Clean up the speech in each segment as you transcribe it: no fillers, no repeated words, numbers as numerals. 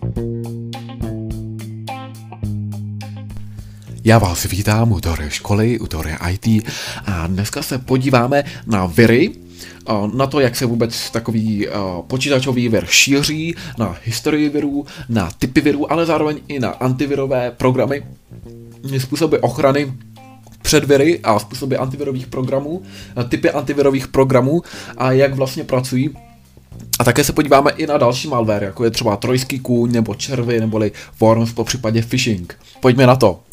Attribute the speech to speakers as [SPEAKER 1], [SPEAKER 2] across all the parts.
[SPEAKER 1] Já vás vítám u Teorie školy, u Teorie IT a dneska se podíváme na viry, na to, jak se vůbec takový počítačový vir šíří, na historii virů, na typy virů, ale zároveň i na antivirové programy, způsoby ochrany před viry a způsoby antivirových programů, typy antivirových programů a jak vlastně pracují. A také se podíváme i na další malware, jako je třeba trojský kůň, nebo červy, neboli worms, po případě phishing. Pojďme na to.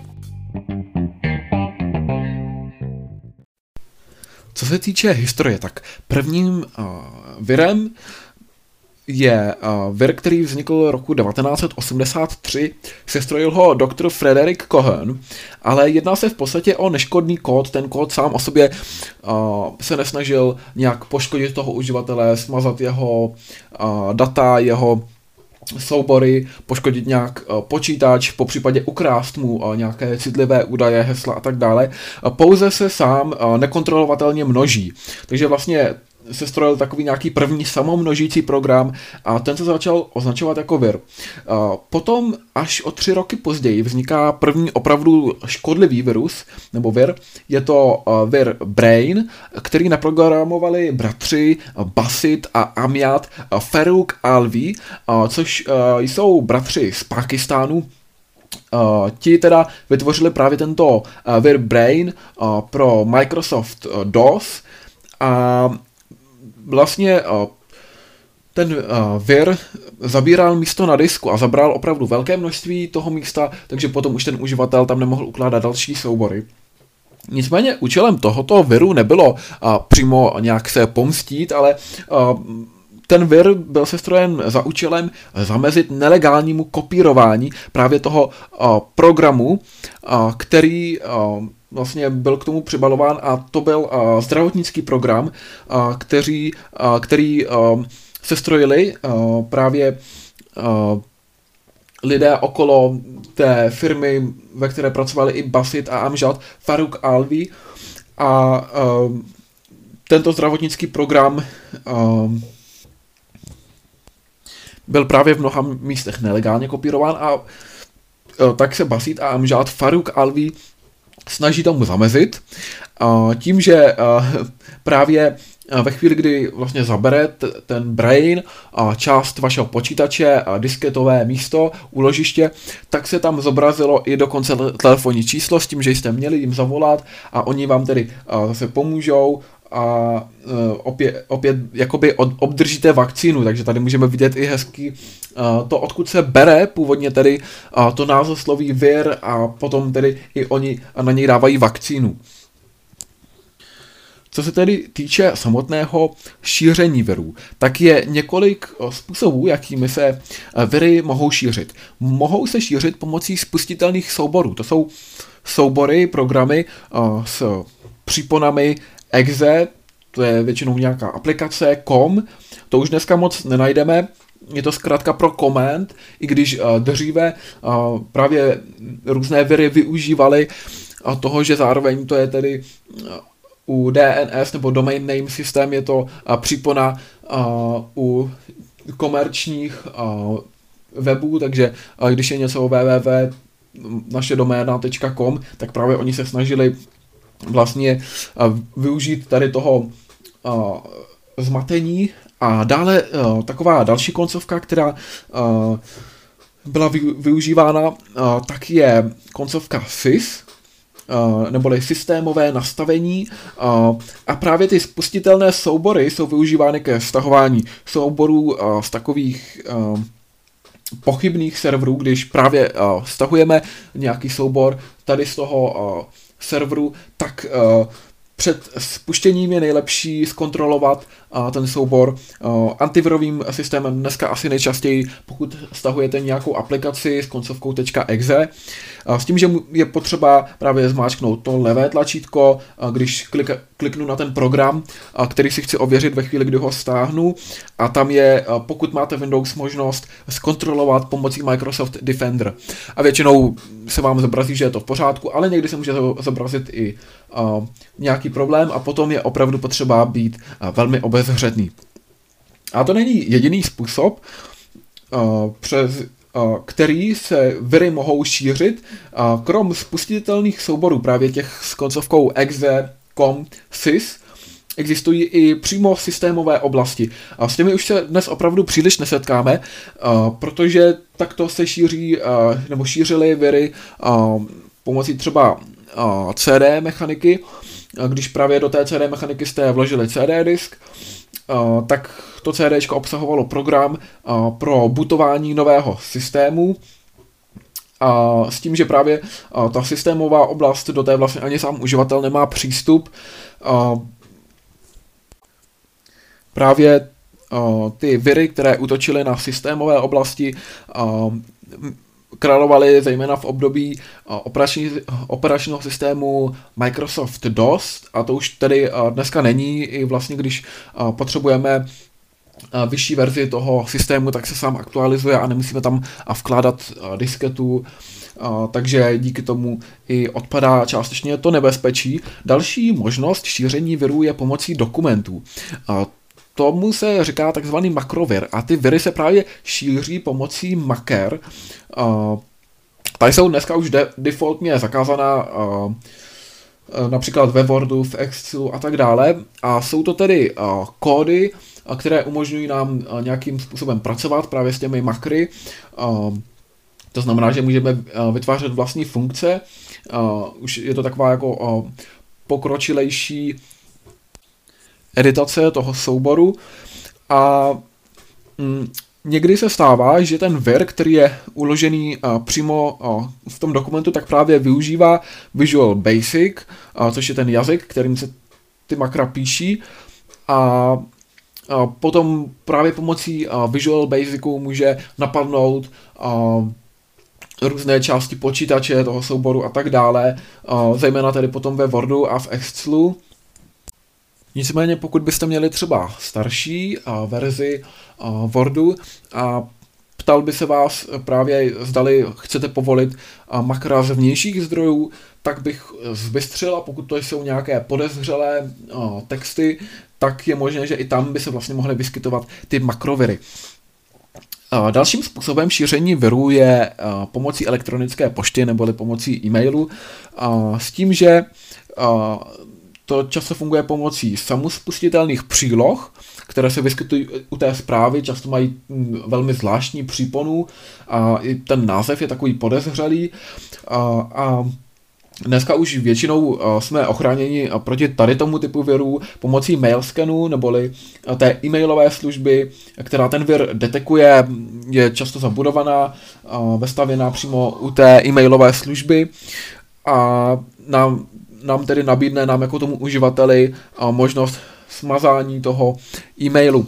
[SPEAKER 1] Co se týče historie, tak prvním virem je vir, který vznikl roku 1983, sestrojil ho doktor Frederick Cohen, ale jedná se v podstatě o neškodný kód, ten kód sám o sobě se nesnažil nějak poškodit toho uživatele, smazat jeho data, jeho soubory, poškodit nějak počítač, popřípadě ukrást mu nějaké citlivé údaje, hesla a tak dále. Pouze se sám nekontrolovatelně množí. Takže vlastně se strojil takový nějaký první samomnožící program a ten se začal označovat jako vir. Potom až o 3 roky později vzniká první opravdu škodlivý virus, nebo vir. Je to vir Brain, který naprogramovali bratři Basit a Amjad Farooq Alvi, což jsou bratři z Pákistánu. Ti teda vytvořili právě tento vir Brain pro Microsoft DOS a vlastně ten vir zabíral místo na disku a zabral opravdu velké množství toho místa, takže potom už ten uživatel tam nemohl ukládat další soubory. Nicméně účelem tohoto viru nebylo přímo nějak se pomstít, ale ten vir byl sestrojen za účelem zamezit nelegálnímu kopírování právě toho programu, který vlastně byl k tomu přibalován a to byl zdravotnický program, který sestrojili právě lidé okolo té firmy, ve které pracovali i Basit a Amjad Farooq Alvi a tento zdravotnický program byl právě v mnoha místech nelegálně kopírován a tak se Basit a Amjad Farooq Alvi snaží tomu zamezit tím, že právě ve chvíli, kdy vlastně zabere ten Brain část vašeho počítače, disketové místo, úložiště, tak se tam zobrazilo i dokonce telefonní číslo s tím, že jste měli jim zavolat a oni vám tedy zase pomůžou a opět jakoby obdržíte vakcínu, takže tady můžeme vidět i hezky to, odkud se bere původně tedy to názvosloví vir a potom tedy i oni na něj dávají vakcínu. Co se tedy týče samotného šíření virů, tak je několik způsobů, jakými se viry mohou šířit. Mohou se šířit pomocí spustitelných souborů. To jsou soubory, programy s příponami exe, to je většinou nějaká aplikace, com, to už dneska moc nenajdeme, je to zkrátka pro command, i když dříve právě různé viry využívaly toho, že zároveň to je tedy u DNS nebo Domain Name System je to přípona u komerčních webů, takže když je něco www.našedoména.com, tak právě oni se snažili vlastně využít tady toho zmatení. A dále taková další koncovka, která byla využívána, tak je koncovka sys, neboli systémové nastavení a právě ty spustitelné soubory jsou využívány ke stahování souborů z takových pochybných serverů, když právě stahujeme nějaký soubor tady z toho serveru, tak před spuštěním je nejlepší zkontrolovat ten soubor antivirovým systémem. Dneska asi nejčastěji, pokud stahujete nějakou aplikaci s koncovkou .exe, s tím, že je potřeba právě zmáčknout to levé tlačítko, když kliknu na ten program, který si chci ověřit ve chvíli, kdy ho stáhnu, a tam je, pokud máte Windows, možnost zkontrolovat pomocí Microsoft Defender. A většinou se vám zobrazí, že je to v pořádku, ale někdy se může zobrazit i nějaký problém a potom je opravdu potřeba být velmi obezřetný. A to není jediný způsob, přes který se viry mohou šířit, krom spustitelných souborů právě těch s koncovkou exe, com, sys, existují i přímo systémové oblasti. A s těmi už se dnes opravdu příliš nesetkáme, protože takto se šíří, nebo šířily viry pomocí třeba CD mechaniky. Když právě do té CD mechaniky jste vložili CD disk, tak to CD obsahovalo program pro bootování nového systému. A s tím, že právě ta systémová oblast do té vlastně ani sám uživatel nemá přístup. Právě ty viry, které útočily na systémové oblasti, královaly zejména v období operačního systému Microsoft DOS, a to už tedy dneska není, i vlastně když potřebujeme vyšší verzi toho systému, tak se sám aktualizuje a nemusíme tam vkládat disketu, takže díky tomu i odpadá částečně to nebezpečí. Další možnost šíření virů je pomocí dokumentů. Tomu se říká takzvaný makrovir a ty viry se právě šíří pomocí maker. Tady jsou dneska už defaultně zakázaná například ve Wordu, v Excelu a tak dále. A jsou to tedy kódy, které umožňují nám nějakým způsobem pracovat právě s těmi makry. To znamená, že můžeme vytvářet vlastní funkce. Už je to taková jako pokročilejší editace toho souboru a někdy se stává, že ten vir, který je uložený přímo v tom dokumentu, tak právě využívá Visual Basic, což je ten jazyk, kterým se ty makra píší, a potom právě pomocí Visual Basicu může napadnout různé části počítače toho souboru a tak dále, zejména tedy potom ve Wordu a v Excelu. Nicméně pokud byste měli třeba starší verzi Wordu a ptal by se vás právě, zdali chcete povolit makra z vnějších zdrojů, tak bych zbystřil, a pokud to jsou nějaké podezřelé texty, tak je možné, že i tam by se vlastně mohly vyskytovat ty makroviry. Dalším způsobem šíření virů je pomocí elektronické pošty neboli pomocí e-mailu, s tím, že to často funguje pomocí samospustitelných příloh, které se vyskytují u té zprávy, často mají velmi zvláštní příponu a i ten název je takový podezřelý. A dneska už většinou jsme ochráněni proti tady tomu typu virů pomocí mailskanu neboli té e-mailové služby, která ten vir detekuje, je často zabudovaná, vestavěná přímo u té e-mailové služby a nám tedy nabídne nám jako tomu uživateli možnost smazání toho e-mailu.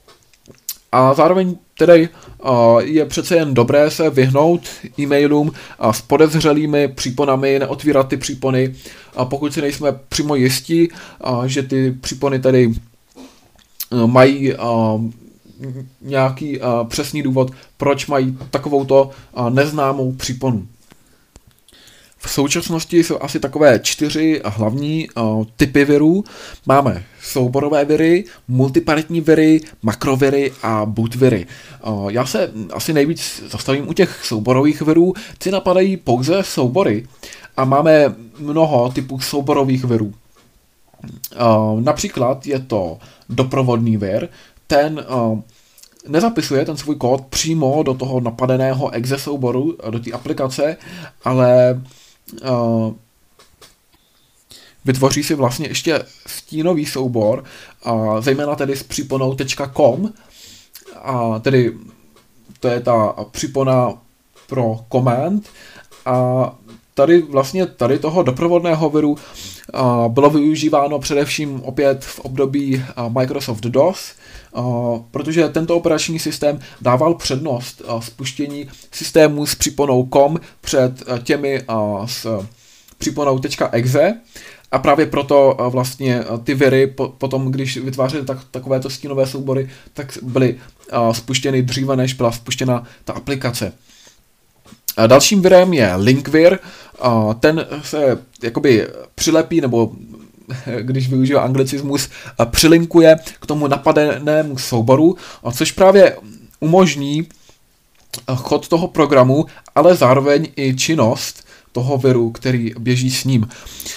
[SPEAKER 1] A zároveň tedy je přece jen dobré se vyhnout e-mailům s podezřelými příponami, neotvírat ty přípony, pokud si nejsme přímo jistí, že ty přípony tedy mají nějaký přesný důvod, proč mají takovouto neznámou příponu. V současnosti jsou asi takové 4 hlavní typy virů. Máme souborové viry, multiparitní viry, makroviry a bootviry. Já se asi nejvíc zastavím u těch souborových virů. Ty napadají pouze soubory a máme mnoho typů souborových virů. Například je to doprovodný vir, ten nezapisuje ten svůj kód přímo do toho napadeného exe souboru, do té aplikace, ale vytvoří si vlastně ještě stínový soubor, zejména tedy s příponou .com, a tedy to je ta přípona pro command, a tady toho doprovodného viru bylo využíváno především opět v období Microsoft DOS, protože tento operační systém dával přednost spuštění systému s příponou .com před těmi s příponou .exe, a právě proto vlastně ty viry potom, když vytvářely takovéto stínové soubory, tak byly spuštěny dříve, než byla spuštěna ta aplikace. Dalším virem je linkvir, ten se jakoby přilepí, nebo když využívá anglicismus, přilinkuje k tomu napadenému souboru, což právě umožní chod toho programu, ale zároveň i činnost toho viru, který běží s ním.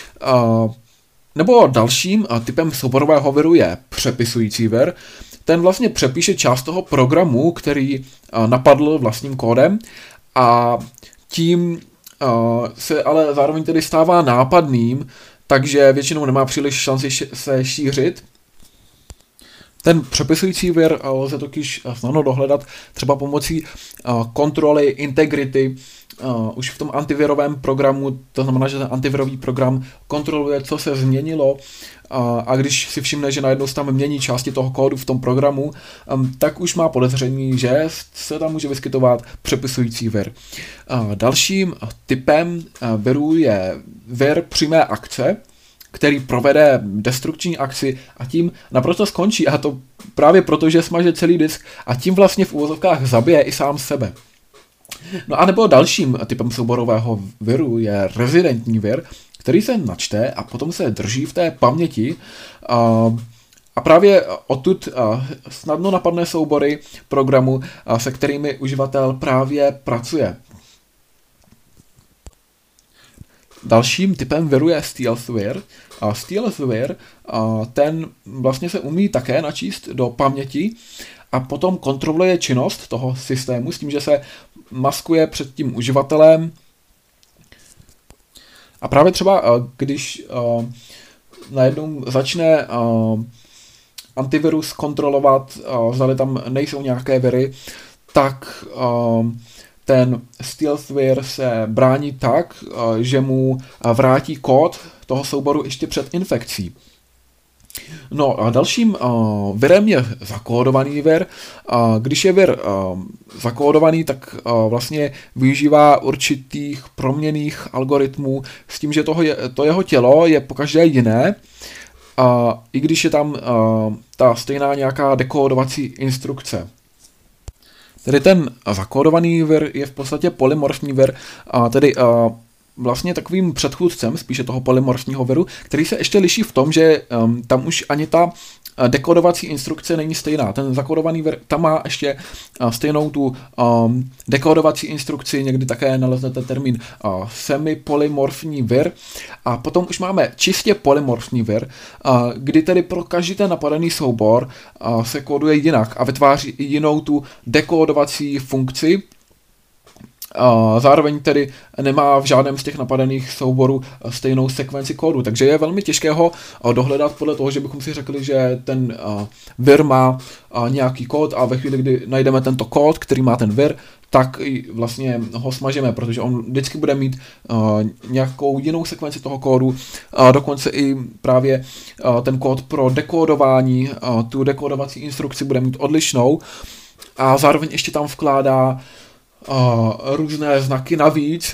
[SPEAKER 1] Nebo dalším typem souborového viru je přepisující vir. Ten vlastně přepíše část toho programu, který napadl vlastním kódem a tím se ale zároveň tedy stává nápadným, takže většinou nemá příliš šanci se šířit. Ten přepisující vir lze totiž snadno dohledat třeba pomocí kontroly integrity už v tom antivirovém programu, to znamená, že ten antivirový program kontroluje, co se změnilo a když si všimne, že najednou se tam mění části toho kódu v tom programu, tak už má podezření, že se tam může vyskytovat přepisující vir. Dalším typem viru je vir přímé akce, který provede destrukční akci a tím naprosto skončí, a to právě proto, že smaže celý disk a tím vlastně v uvozovkách zabije i sám sebe. No a nebo dalším typem souborového viru je rezidentní vir, který se načte a potom se drží v té paměti a právě odtud snadno napadne soubory programu, se kterými uživatel právě pracuje. Dalším typem viru je stealth vir. Stealth vir, ten vlastně se umí také načíst do paměti a potom kontroluje činnost toho systému s tím, že se maskuje před tím uživatelem. A právě třeba, když najednou začne antivirus kontrolovat, zdali tam nejsou nějaké viry, tak ten stealth vir se brání tak, že mu vrátí kód toho souboru ještě před infekcí. No a dalším virem je zakódovaný vir. Když je vir zakódovaný, tak vlastně využívá určitých proměnných algoritmů s tím, že to jeho tělo je pokaždé jiné, i když je tam ta stejná nějaká dekódovací instrukce. Tedy ten zakódovaný vir je v podstatě polymorfní vir, tedy vlastně takovým předchůdcem spíše toho polymorfního viru, který se ještě liší v tom, že tam už ani ta dekódovací instrukce není stejná. Ten zakódovaný vir tam má ještě stejnou tu dekódovací instrukci, někdy také naleznete termín semipolymorfní vir. A potom už máme čistě polymorfní vir, kdy tedy pro každý ten napadený soubor se kóduje jinak a vytváří i jinou tu dekódovací funkci. Zároveň tedy nemá v žádném z těch napadených souborů stejnou sekvenci kódu, takže je velmi těžké ho dohledat podle toho, že bychom si řekli, že ten vir má nějaký kód a ve chvíli, kdy najdeme tento kód, který má ten vir, tak vlastně ho smažeme, protože on vždycky bude mít nějakou jinou sekvenci toho kódu, dokonce i právě ten kód pro dekódování, tu dekódovací instrukci bude mít odlišnou a zároveň ještě tam vkládá různé znaky navíc,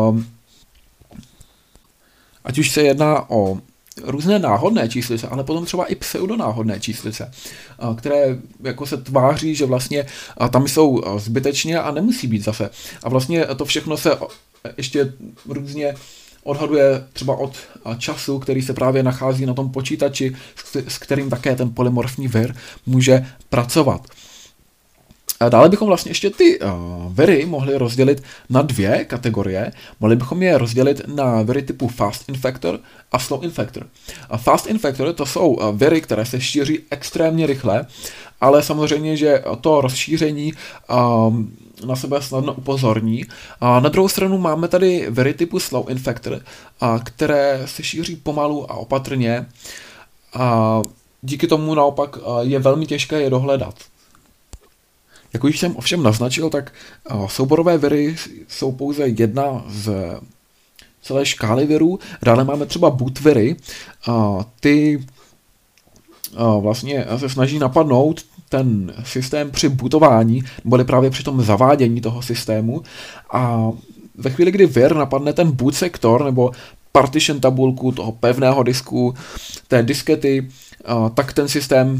[SPEAKER 1] ať už se jedná o různé náhodné číslice, ale potom třeba i pseudonáhodné číslice, které jako se tváří, že vlastně tam jsou zbytečně a nemusí být zase. A vlastně to všechno se ještě různě odhaduje třeba od času, který se právě nachází na tom počítači, s kterým také ten polymorfní vir může pracovat. A dále bychom vlastně ještě ty viry mohli rozdělit na dvě kategorie. Mohli bychom je rozdělit na viry typu fast infector a slow infector. A fast infector to jsou viry, které se šíří extrémně rychle, ale samozřejmě, že to rozšíření na sebe snadno upozorní. A na druhou stranu máme tady viry typu slow infector, které se šíří pomalu a opatrně. A díky tomu naopak je velmi těžké je dohledat. Jak už jsem ovšem naznačil, tak souborové viry jsou pouze jedna z celé škály virů. Dále máme třeba boot viry. Ty vlastně se snaží napadnout ten systém při bootování, nebo právě při tom zavádění toho systému. A ve chvíli, kdy vir napadne ten boot sektor, nebo partition tabulku toho pevného disku, té diskety, tak ten systém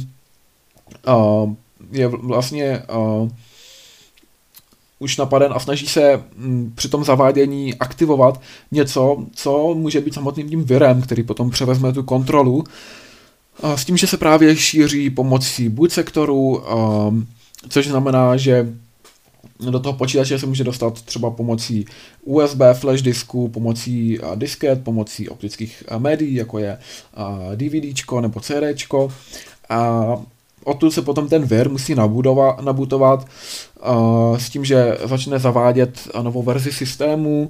[SPEAKER 1] je vlastně už napaden a snaží se při tom zavádění aktivovat něco, co může být samotným tím virem, který potom převezme tu kontrolu. S tím, že se právě šíří pomocí boot sektoru, což znamená, že do toho počítače se může dostat třeba pomocí USB flash disku, pomocí disket, pomocí optických médií, jako je DVDčko nebo CDčko. A odtud se potom ten vir musí nabutovat s tím, že začne zavádět novou verzi systému,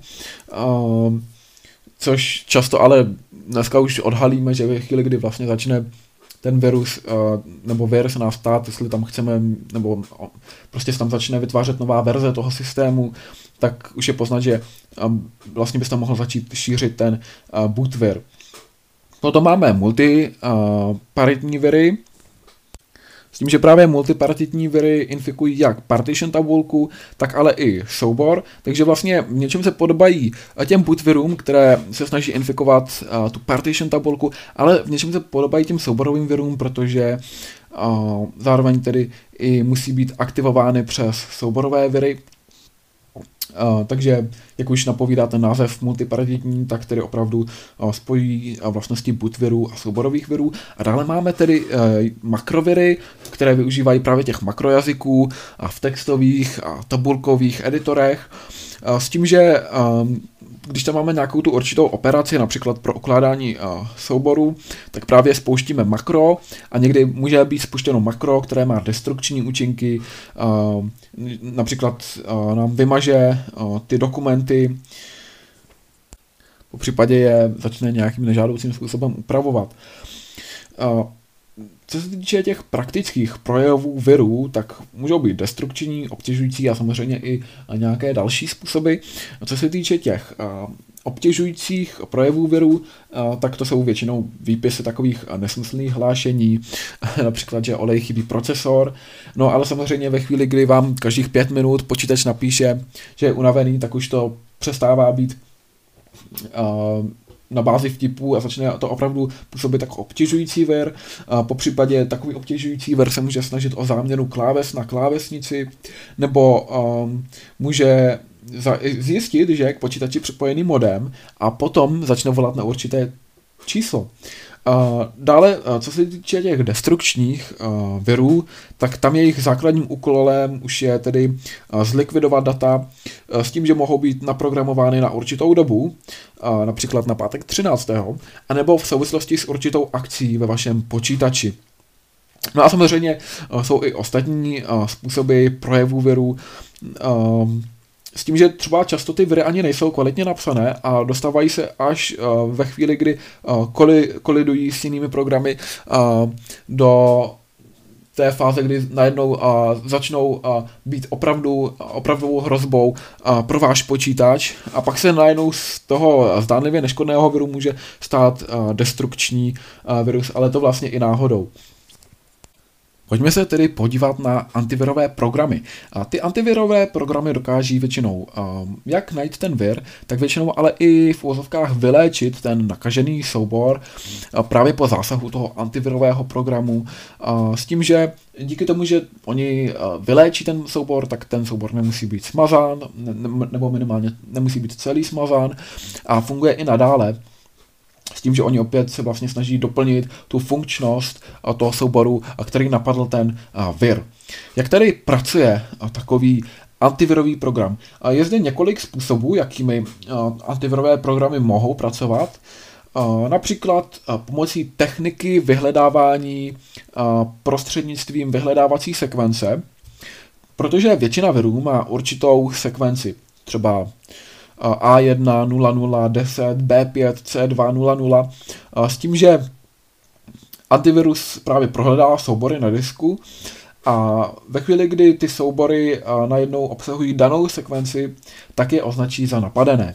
[SPEAKER 1] což často ale dneska už odhalíme, že ve chvíli, kdy vlastně začne ten virus nebo vir se nás ptát, jestli tam chceme, nebo prostě se tam začne vytvářet nová verze toho systému, tak už je poznat, že vlastně byste mohl začít šířit ten bootvir. Potom máme multiparitní viry, s tím, že právě multipartitní viry infikují jak partition tabulku, tak ale i soubor, takže vlastně v něčem se podobají těm bootvirům, které se snaží infikovat tu partition tabulku, ale v něčem se podobají těm souborovým virům, protože zároveň tedy i musí být aktivovány přes souborové viry. Takže, jak už napovídá ten název multiparitní, tak tedy opravdu spojí vlastnosti bootvirů a souborových virů. A dále máme tedy makroviry, které využívají právě těch makrojazyků v textových a tabulkových editorech. S tím, že když tam máme nějakou tu určitou operaci, například pro ukládání souborů, tak právě spouštíme makro a někdy může být spuštěno makro, které má destrukční účinky, například nám vymaže ty dokumenty, po případě je začne nějakým nežádoucím způsobem upravovat. Co se týče těch praktických projevů virů, tak můžou být destrukční, obtěžující a samozřejmě i nějaké další způsoby. Co se týče těch obtěžujících projevů virů, tak to jsou většinou výpisy takových nesmyslných hlášení, například, že olej chybí procesor. No ale samozřejmě ve chvíli, kdy vám každých 5 minut počítač napíše, že je unavený, tak už to přestává být na bázi vtipů a začne to opravdu působit jako obtěžující vir. Po případě takový obtěžující vir se může snažit o záměnu kláves na klávesnici, nebo může zjistit, že je k počítači připojený modem a potom začne volat na určité číslo. Dále, co se týče těch destrukčních virů, tak tam jejich základním úkolem už je tedy zlikvidovat data s tím, že mohou být naprogramovány na určitou dobu, například na pátek 13. anebo v souvislosti s určitou akcí ve vašem počítači. No a samozřejmě jsou i ostatní způsoby projevů virů, s tím, že třeba často ty viry ani nejsou kvalitně napsané a dostávají se až ve chvíli, kdy kolidují s jinými programy do té fáze, kdy najednou začnou být opravdovou hrozbou pro váš počítač a pak se najednou z toho zdánlivě neškodného viru může stát destrukční virus, ale to vlastně i náhodou. Pojďme se tedy podívat na antivirové programy. Ty antivirové programy dokáží většinou jak najít ten vir, tak většinou ale i v uvozovkách vyléčit ten nakažený soubor právě po zásahu toho antivirového programu. S tím, že díky tomu, že oni vyléčí ten soubor, tak ten soubor nemusí být smazán, nebo minimálně nemusí být celý smazán a funguje i nadále. S tím, že oni opět se vlastně snaží doplnit tu funkčnost toho souboru, který napadl ten vir. Jak tedy pracuje takový antivirový program? Je zde několik způsobů, jakými antivirové programy mohou pracovat. Například pomocí techniky vyhledávání prostřednictvím vyhledávací sekvence, protože většina virů má určitou sekvenci, třeba A1, 00, 10, B5, C2, 00, s tím, že antivirus právě prohledá soubory na disku a ve chvíli, kdy ty soubory najednou obsahují danou sekvenci, tak je označí za napadené.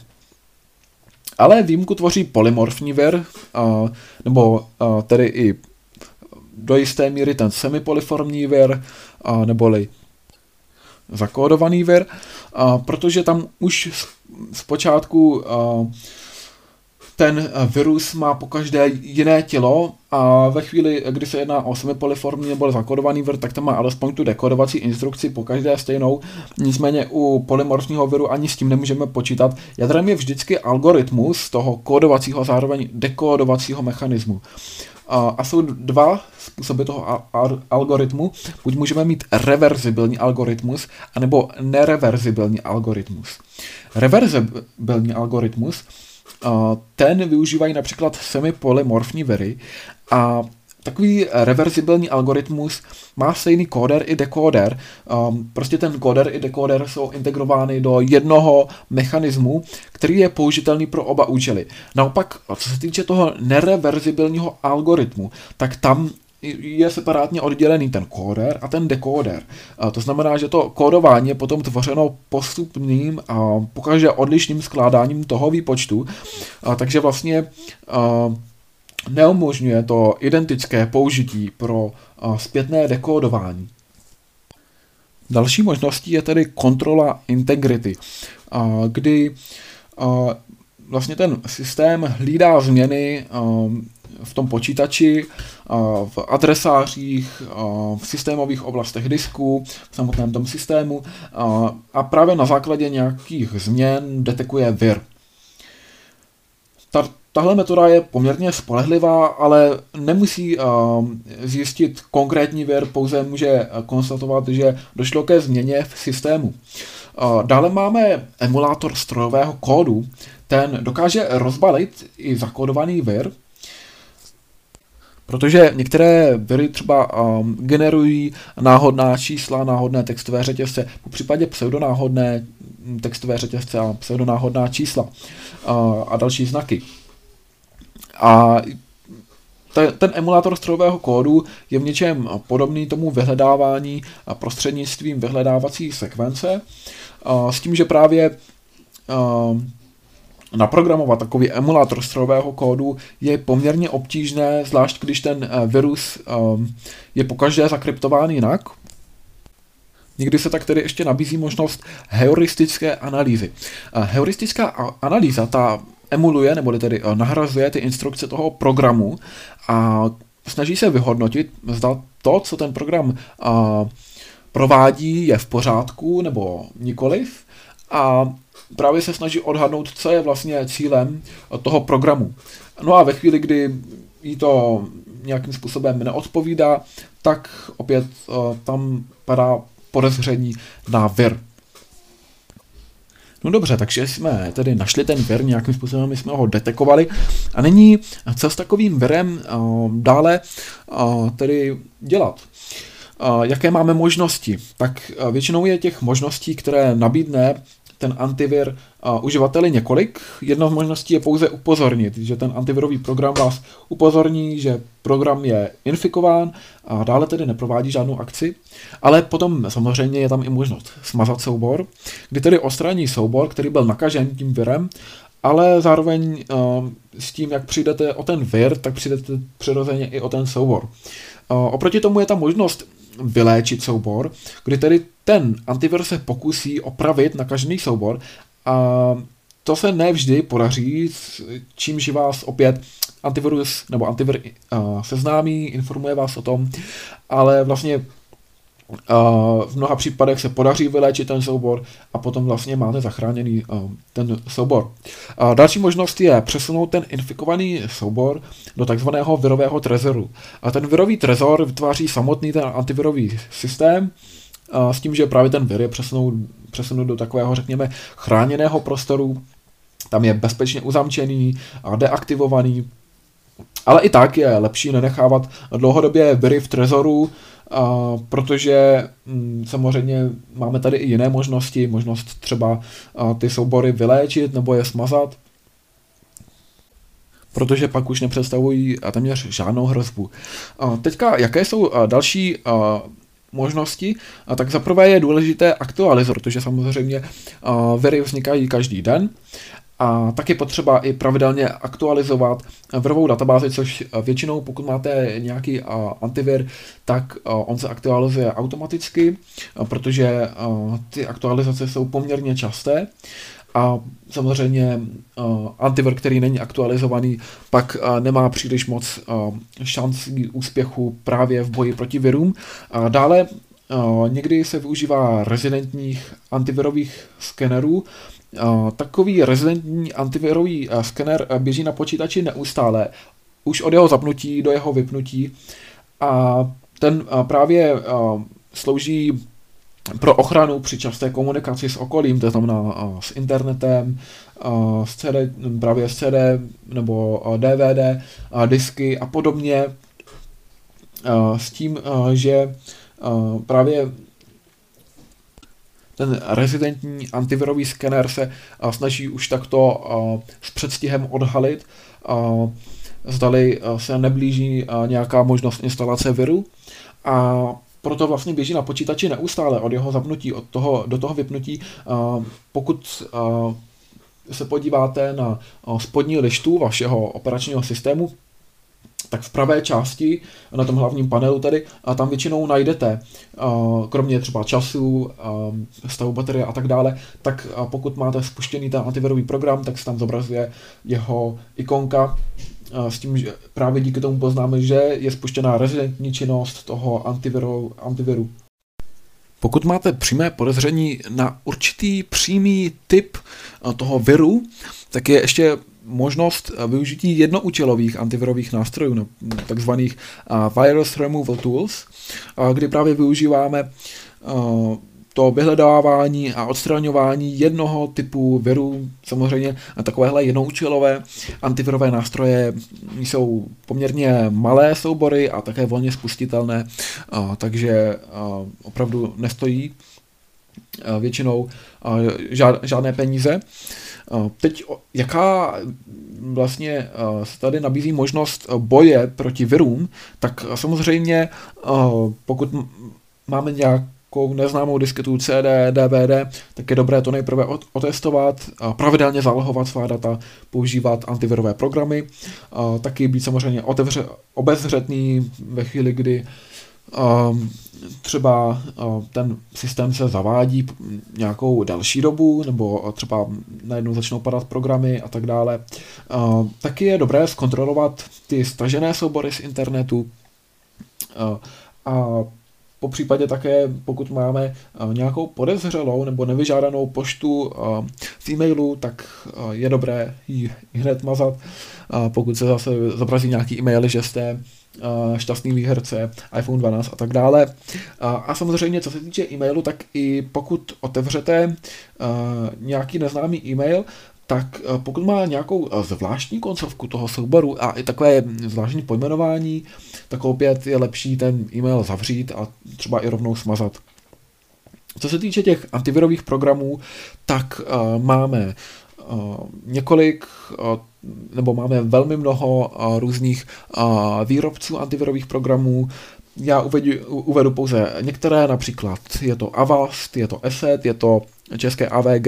[SPEAKER 1] Ale výjimku tvoří polymorfní vir, nebo tedy i do jisté míry ten semipoliformní vir, neboli zakódovaný vir, protože tam už zpočátku ten virus má pokaždé jiné tělo a ve chvíli, kdy se jedná o semipoliformní nebo zakódovaný vir, tak tam má alespoň tu dekodovací instrukci pokaždé stejnou. Nicméně u polymorfního viru ani s tím nemůžeme počítat. Jadrem je vždycky algoritmus toho kódovacího, zároveň dekódovacího mechanismu. A jsou dva způsoby toho algoritmu. Buď můžeme mít reverzibilní algoritmus, anebo nereverzibilní algoritmus. Reverzibilní algoritmus, ten využívají například semipolymorfní viry a takový reverzibilní algoritmus má stejný kóder i dekóder. Prostě ten kóder i dekóder jsou integrovány do jednoho mechanismu, který je použitelný pro oba účely. Naopak, co se týče toho nereverzibilního algoritmu, tak tam je separátně oddělený ten kóder a ten dekóder. To znamená, že to kódování je potom tvořeno postupným a pokaždé odlišným skládáním toho výpočtu, takže vlastně neumožňuje to identické použití pro zpětné dekódování. Další možností je tedy kontrola integrity, kdy vlastně ten systém hlídá změny v tom počítači, v adresářích, v systémových oblastech disku, v samotném tom systému a právě na základě nějakých změn detekuje vir. Tahle metoda je poměrně spolehlivá, ale nemusí zjistit konkrétní vir, pouze může konstatovat, že došlo ke změně v systému. Dále máme emulátor strojového kódu. Ten dokáže rozbalit i zakódovaný vir, protože některé viry třeba generují náhodná čísla, náhodné textové řetězce, po případě pseudonáhodné textové řetězce a pseudonáhodná čísla a další znaky. A ten emulátor strojového kódu je v něčem podobný tomu vyhledávání prostřednictvím vyhledávací sekvence, s tím, že právě naprogramovat takový emulátor strojového kódu je poměrně obtížné, zvlášť když ten virus je pokaždé zakryptován jinak. Někdy se tak tedy ještě nabízí možnost heuristické analýzy. Heuristická analýza, ta emuluje, nebo tedy nahrazuje ty instrukce toho programu a snaží se vyhodnotit, zda to, co ten program provádí, je v pořádku nebo nikoliv, a právě se snaží odhadnout, co je vlastně cílem toho programu. No a ve chvíli, kdy jí to nějakým způsobem neodpovídá, tak opět tam padá podezření na vir. No dobře, takže jsme tedy našli ten vir, nějakým způsobem my jsme ho detekovali a nyní co s takovým virem dále tedy dělat. Jaké máme možnosti? Tak většinou je těch možností, které nabídne ten antivir uživateli několik. Jedna z možností je pouze upozornit, že ten antivirový program vás upozorní, že program je infikován a dále tedy neprovádí žádnou akci. Ale potom samozřejmě je tam i možnost smazat soubor, kdy tedy odstraní soubor, který byl nakažen tím virem, ale zároveň s tím, jak přijdete o ten vir, tak přijdete přirozeně i o ten soubor. Oproti tomu je ta možnost vyléčit soubor, kdy tedy ten antivir se pokusí opravit nakažený soubor a to se nevždy podaří, čímž vás opět antivirus nebo antivir seznámí, informuje vás o tom, ale vlastně v mnoha případech se podaří vyléčit ten soubor a potom vlastně máte zachráněný ten soubor. Další možnost je přesunout ten infikovaný soubor do takzvaného virového trezoru. A ten virový trezor vytváří samotný ten antivirový systém s tím, že právě ten vir je přesunut do takového, řekněme, chráněného prostoru. Tam je bezpečně uzamčený a deaktivovaný. Ale i tak je lepší nenechávat dlouhodobě viry v trezoru, protože samozřejmě máme tady i jiné možnosti, možnost třeba ty soubory vyléčit nebo je smazat, protože pak už nepředstavují téměř žádnou hrozbu. Teďka, jaké jsou další možnosti? Tak zaprvé je důležité aktualizovat, protože samozřejmě viry vznikají každý den. A tak je potřeba i pravidelně aktualizovat virovou databázi, což většinou, pokud máte nějaký antivir, tak on se aktualizuje automaticky, protože ty aktualizace jsou poměrně časté. a samozřejmě antivir, který není aktualizovaný, pak nemá příliš moc šancí úspěchu právě v boji proti virům. Dále někdy se využívá rezidentních antivirových skenerů. Takový rezidentní antivirový skener běží na počítači neustále, už od jeho zapnutí do jeho vypnutí, a ten právě slouží pro ochranu při časté komunikaci s okolím, to znamená s internetem, s CD, právě s CD nebo DVD, disky a podobně, s tím, že právě ten rezidentní antivirový skener se snaží už takto s předstihem odhalit, zdali se neblíží nějaká možnost instalace viru, a proto vlastně běží na počítači neustále od jeho zapnutí do toho vypnutí. Pokud se podíváte na spodní lištu vašeho operačního systému, tak v pravé části, na tom hlavním panelu tedy, tam většinou najdete, kromě třeba času, stavu baterie a tak dále, tak pokud máte spuštěný ten antivirový program, tak se tam zobrazuje jeho ikonka, s tím, že právě díky tomu poznáme, že je spuštěná rezidentní činnost toho antiviru. Pokud máte přímé podezření na určitý přímý typ toho viru, tak je ještě možnost využití jednoúčelových antivirových nástrojů, takzvaných Virus Removal Tools, kdy právě využíváme to vyhledávání a odstraňování jednoho typu viru. Samozřejmě takovéhle jednoúčelové antivirové nástroje jsou poměrně malé soubory a také volně spustitelné, takže opravdu nestojí většinou žádné peníze. Teď jaká vlastně se tady nabízí možnost boje proti virům, tak samozřejmě pokud máme nějakou neznámou disketu CD, DVD, tak je dobré to nejprve otestovat, pravidelně zálohovat svá data, používat antivirové programy, taky být samozřejmě obezřetný ve chvíli, kdy třeba ten systém se zavádí nějakou další dobu, nebo třeba najednou začnou padat programy a tak dále. Taky je dobré zkontrolovat ty stažené soubory z internetu a po případě také, pokud máme nějakou podezřelou nebo nevyžádanou poštu v e-mailu, tak je dobré ji hned mazat, pokud se zase zobrazí nějaký e-mail, že jste šťastný výherce iPhone 12 a tak dále. A samozřejmě, co se týče e-mailu, tak i pokud otevřete nějaký neznámý e-mail, tak pokud má nějakou zvláštní koncovku toho souboru a i takové zvláštní pojmenování, tak opět je lepší ten e-mail zavřít a třeba i rovnou smazat. Co se týče těch antivirových programů, tak máme několik, nebo máme velmi mnoho různých výrobců antivirových programů. Já uvedu pouze některé, například je to Avast, je to ESET, je to české AVG,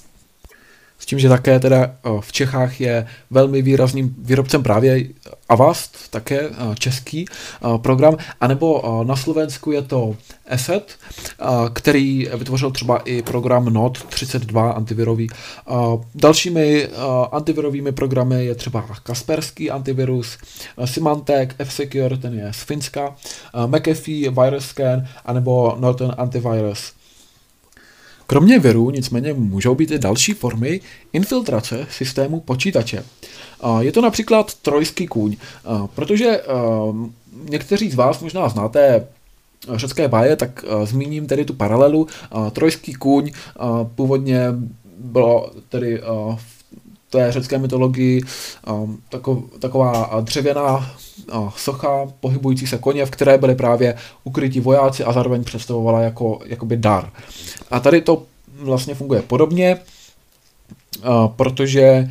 [SPEAKER 1] s tím, že také teda v Čechách je velmi výrazným výrobcem právě Avast, také český program, anebo na Slovensku je to ESET, který vytvořil třeba i program NOT 32 antivirový. Dalšími antivirovými programy je třeba Kaspersky antivirus, Symantec, F-Secure, ten je z Finska, McAfee, VirusScan, anebo Norton Antivirus. Kromě virů nicméně můžou být i další formy infiltrace systému počítače. Je to například trojský kůň, protože někteří z vás možná znáte řecké báje, tak zmíním tedy tu paralelu. Trojský kůň původně bylo tedy v té řecké mytologii taková dřevěná socha pohybující se koně, v které byly právě ukrytí vojáci a zároveň představovala jakoby dar. A tady to vlastně funguje podobně, protože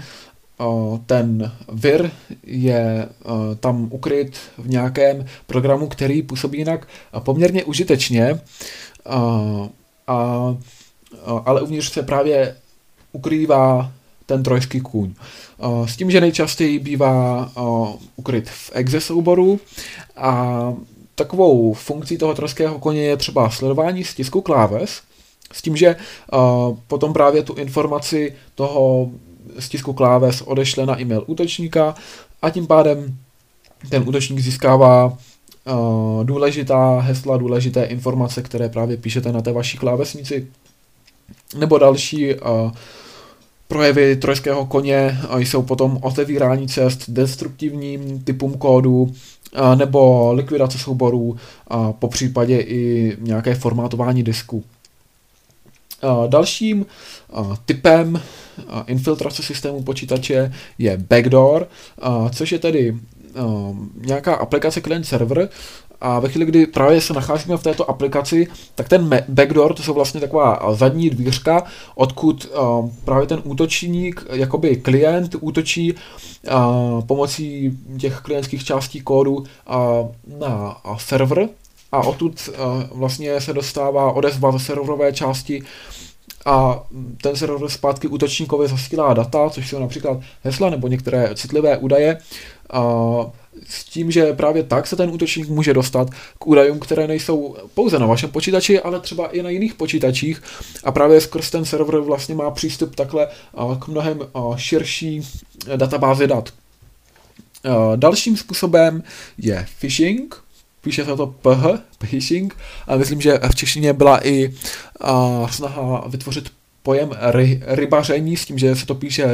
[SPEAKER 1] ten vir je tam ukryt v nějakém programu, který působí jinak poměrně užitečně, ale uvnitř se právě ukrývá ten trojský kůň. S tím, že nejčastěji bývá ukryt v exe souboru a takovou funkcí toho trojského koně je třeba sledování stisku kláves S tím, že potom právě tu informaci toho stisku kláves odešle na e-mail útočníka a tím pádem ten útočník získává důležitá hesla, důležité informace, které právě píšete na té vaší klávesnici, nebo další projevy trojského koně jsou potom otevírání cest destruktivním typům kódu nebo likvidace souborů, po případě i nějaké formátování disku. Dalším typem infiltrace systému počítače je backdoor, což je tedy nějaká aplikace client-server, a ve chvíli, kdy právě se nacházíme v této aplikaci, tak ten backdoor, to jsou vlastně taková zadní dvířka, odkud právě ten útočník, jakoby klient, útočí pomocí těch klientských částí kódu na server a odtud vlastně se dostává odezva ze serverové části a ten server zpátky útočníkovi zasílá data, což jsou například hesla nebo některé citlivé údaje, s tím, že právě tak se ten útočník může dostat k údajům, které nejsou pouze na vašem počítači, ale třeba i na jiných počítačích a právě skrz ten server vlastně má přístup takhle k mnohem širší databázi dat. Dalším způsobem je phishing, píše se to phishing, a myslím, že v češtině byla i snaha vytvořit pojem rybaření, s tím, že se to píše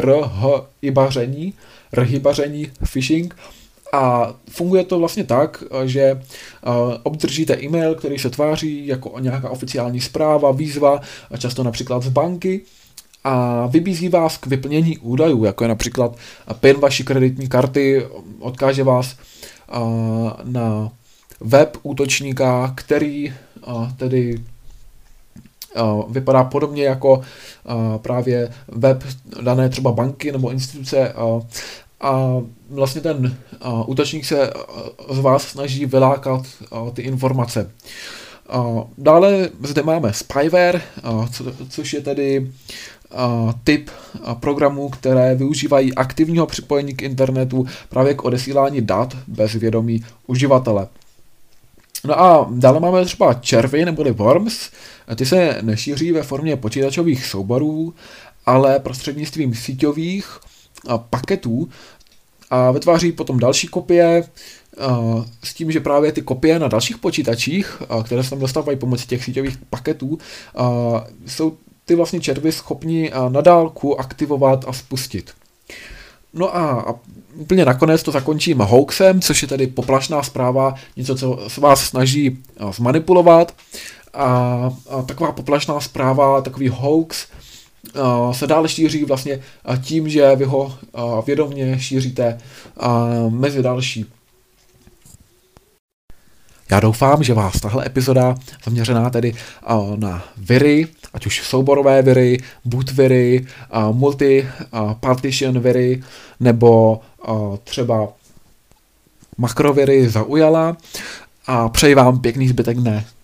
[SPEAKER 1] rhybaření, phishing. A funguje to vlastně tak, že obdržíte e-mail, který se tváří jako nějaká oficiální zpráva, výzva, často například z banky, a vybízí vás k vyplnění údajů, jako je například PIN vaší kreditní karty, odkáže vás na web útočníka, který tedy vypadá podobně jako právě web dané třeba banky nebo instituce, a vlastně ten útočník se z vás snaží vylákat ty informace. Dále zde máme spyware, což je tedy typ programů, které využívají aktivního připojení k internetu právě k odesílání dat bez vědomí uživatele. No a dále máme třeba červy neboli worms. Ty se nešíří ve formě počítačových souborů, ale prostřednictvím síťových paketů a vytváří potom další kopie s tím, že právě ty kopie na dalších počítačích, které se tam dostávají pomocí těch síťových paketů, jsou ty vlastně červy schopni na dálku aktivovat a spustit. No a úplně nakonec to zakončím hoaxem, což je tedy poplašná zpráva, něco, co se vás snaží zmanipulovat. A taková poplašná zpráva, takový hoax, se dále šíří vlastně tím, že vy ho vědomě šíříte mezi další. Já doufám, že vás tahle epizoda zaměřená tedy na viry, ať už souborové viry, boot viry, multi-partition viry nebo třeba makroviry zaujala a přeji vám pěkný zbytek dne.